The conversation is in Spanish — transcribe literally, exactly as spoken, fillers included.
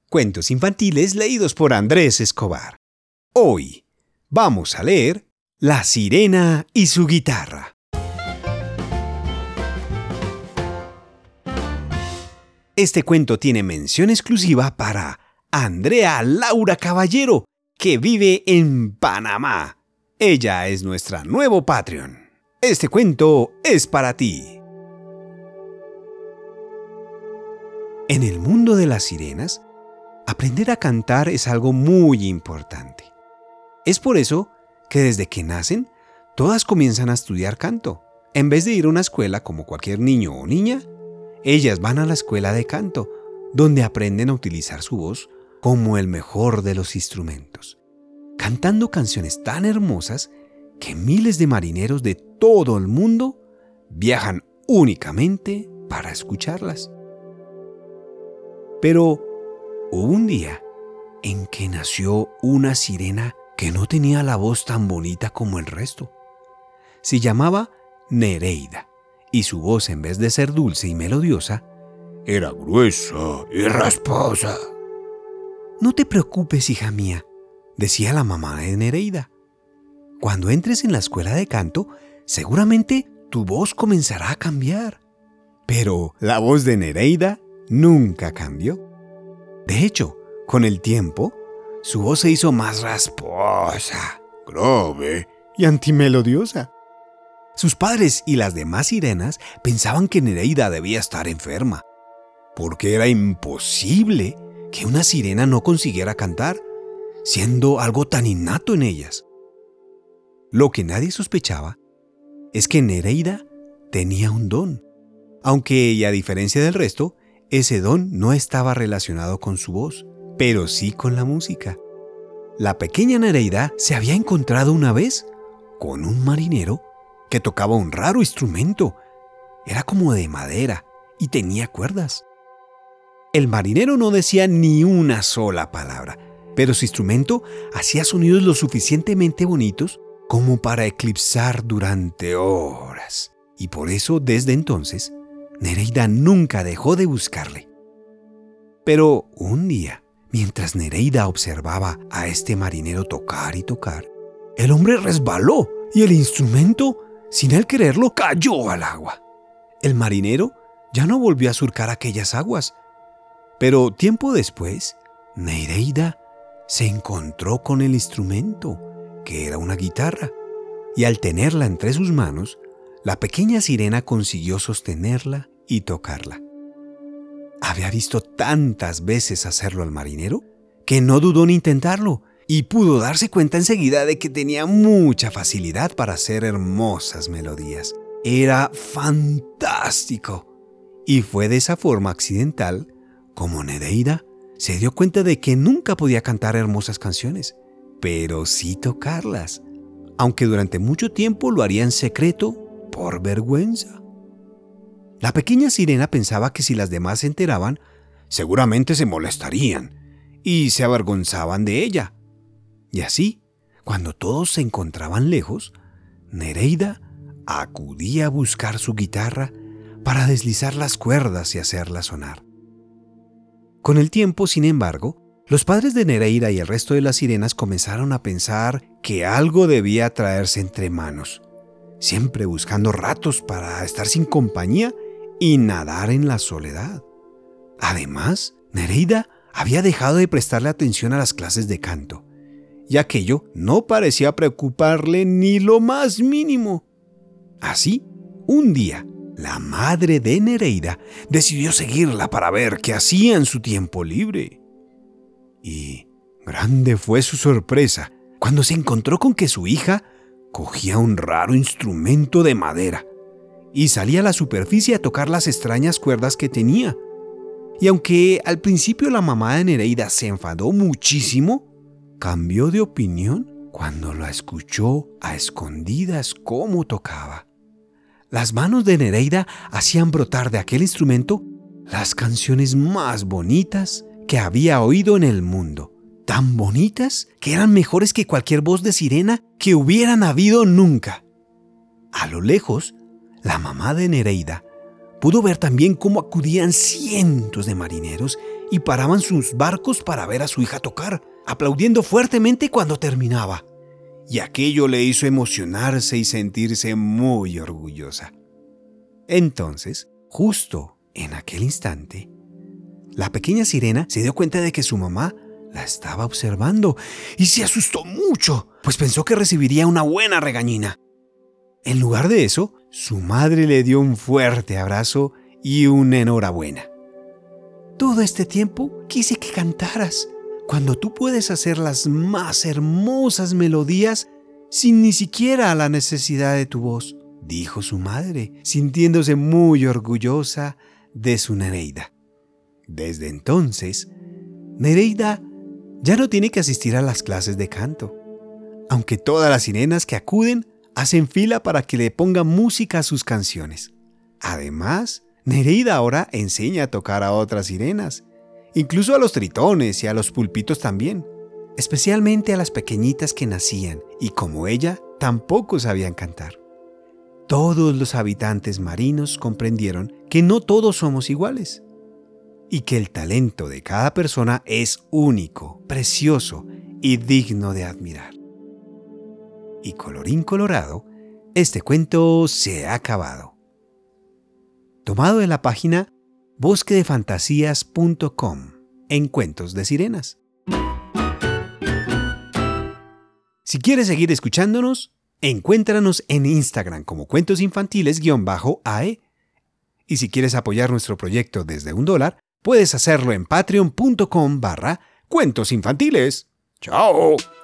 Cuentos infantiles leídos por Andrés Escobar. Hoy vamos a leer La sirena y su guitarra. Este cuento tiene mención exclusiva para Andrea Laura Caballero, que vive en Panamá. Ella es nuestra nuevo Patreon. Este cuento es para ti. En el mundo de las sirenas, aprender a cantar es algo muy importante. Es por eso que desde que nacen, todas comienzan a estudiar canto. En vez de ir a una escuela como cualquier niño o niña, ellas van a la escuela de canto, donde aprenden a utilizar su voz como el mejor de los instrumentos, cantando canciones tan hermosas que miles de marineros de todo el mundo viajan únicamente para escucharlas. Pero hubo un día en que nació una sirena que no tenía la voz tan bonita como el resto. Se llamaba Nereida, y su voz, en vez de ser dulce y melodiosa, era gruesa y rasposa. «No te preocupes, hija mía», decía la mamá de Nereida. «Cuando entres en la escuela de canto, seguramente tu voz comenzará a cambiar». Pero la voz de Nereida nunca cambió. De hecho, con el tiempo, su voz se hizo más rasposa, grave y antimelodiosa. Sus padres y las demás sirenas pensaban que Nereida debía estar enferma, porque era imposible que una sirena no consiguiera cantar, siendo algo tan innato en ellas. Lo que nadie sospechaba es que Nereida tenía un don, aunque, y a diferencia del resto, ese don no estaba relacionado con su voz, pero sí con la música. La pequeña Nereida se había encontrado una vez con un marinero que tocaba un raro instrumento. Era como de madera y tenía cuerdas. El marinero no decía ni una sola palabra, pero su instrumento hacía sonidos lo suficientemente bonitos como para eclipsar durante horas. Y por eso, desde entonces, Nereida nunca dejó de buscarle. Pero un día, mientras Nereida observaba a este marinero tocar y tocar, el hombre resbaló y el instrumento, sin él quererlo, cayó al agua. El marinero ya no volvió a surcar aquellas aguas. Pero tiempo después, Nereida se encontró con el instrumento, que era una guitarra, y al tenerla entre sus manos, la pequeña sirena consiguió sostenerla y tocarla. Había visto tantas veces hacerlo al marinero que no dudó en intentarlo y pudo darse cuenta enseguida de que tenía mucha facilidad para hacer hermosas melodías. Era fantástico. Y fue de esa forma accidental como Nereida se dio cuenta de que nunca podía cantar hermosas canciones, pero sí tocarlas, aunque durante mucho tiempo lo haría en secreto por vergüenza. La pequeña sirena pensaba que si las demás se enteraban, seguramente se molestarían y se avergonzaban de ella. Y así, cuando todos se encontraban lejos, Nereida acudía a buscar su guitarra para deslizar las cuerdas y hacerla sonar. Con el tiempo, sin embargo, los padres de Nereida y el resto de las sirenas comenzaron a pensar que algo debía traerse entre manos, siempre buscando ratos para estar sin compañía y nadar en la soledad. Además, Nereida había dejado de prestarle atención a las clases de canto, y aquello no parecía preocuparle ni lo más mínimo. Así, un día, la madre de Nereida decidió seguirla para ver qué hacía en su tiempo libre. Y grande fue su sorpresa cuando se encontró con que su hija cogía un raro instrumento de madera y salía a la superficie a tocar las extrañas cuerdas que tenía. Y aunque al principio la mamá de Nereida se enfadó muchísimo, cambió de opinión cuando la escuchó a escondidas cómo tocaba. Las manos de Nereida hacían brotar de aquel instrumento las canciones más bonitas que había oído en el mundo, tan bonitas que eran mejores que cualquier voz de sirena que hubieran habido nunca. A lo lejos, la mamá de Nereida pudo ver también cómo acudían cientos de marineros y paraban sus barcos para ver a su hija tocar, aplaudiendo fuertemente cuando terminaba. Y aquello le hizo emocionarse y sentirse muy orgullosa. Entonces, justo en aquel instante, la pequeña sirena se dio cuenta de que su mamá la estaba observando y se asustó mucho, pues pensó que recibiría una buena regañina. En lugar de eso, su madre le dio un fuerte abrazo y una enhorabuena. Todo este tiempo quise que cantaras, cuando tú puedes hacer las más hermosas melodías sin ni siquiera la necesidad de tu voz, dijo su madre, sintiéndose muy orgullosa de su Nereida. Desde entonces, Nereida ya no tiene que asistir a las clases de canto, aunque todas las sirenas que acuden hacen fila para que le pongan música a sus canciones. Además, Nereida ahora enseña a tocar a otras sirenas, incluso a los tritones y a los pulpitos también, especialmente a las pequeñitas que nacían y, como ella, tampoco sabían cantar. Todos los habitantes marinos comprendieron que no todos somos iguales y que el talento de cada persona es único, precioso y digno de admirar. Y colorín colorado, este cuento se ha acabado. Tomado de la página bosque de fantasías punto com en Cuentos de Sirenas. Si quieres seguir escuchándonos, encuéntranos en Instagram como Cuentos Infantiles-A E. Y si quieres apoyar nuestro proyecto desde un dólar, puedes hacerlo en patreon punto com barra Cuentos Infantiles. ¡Chao!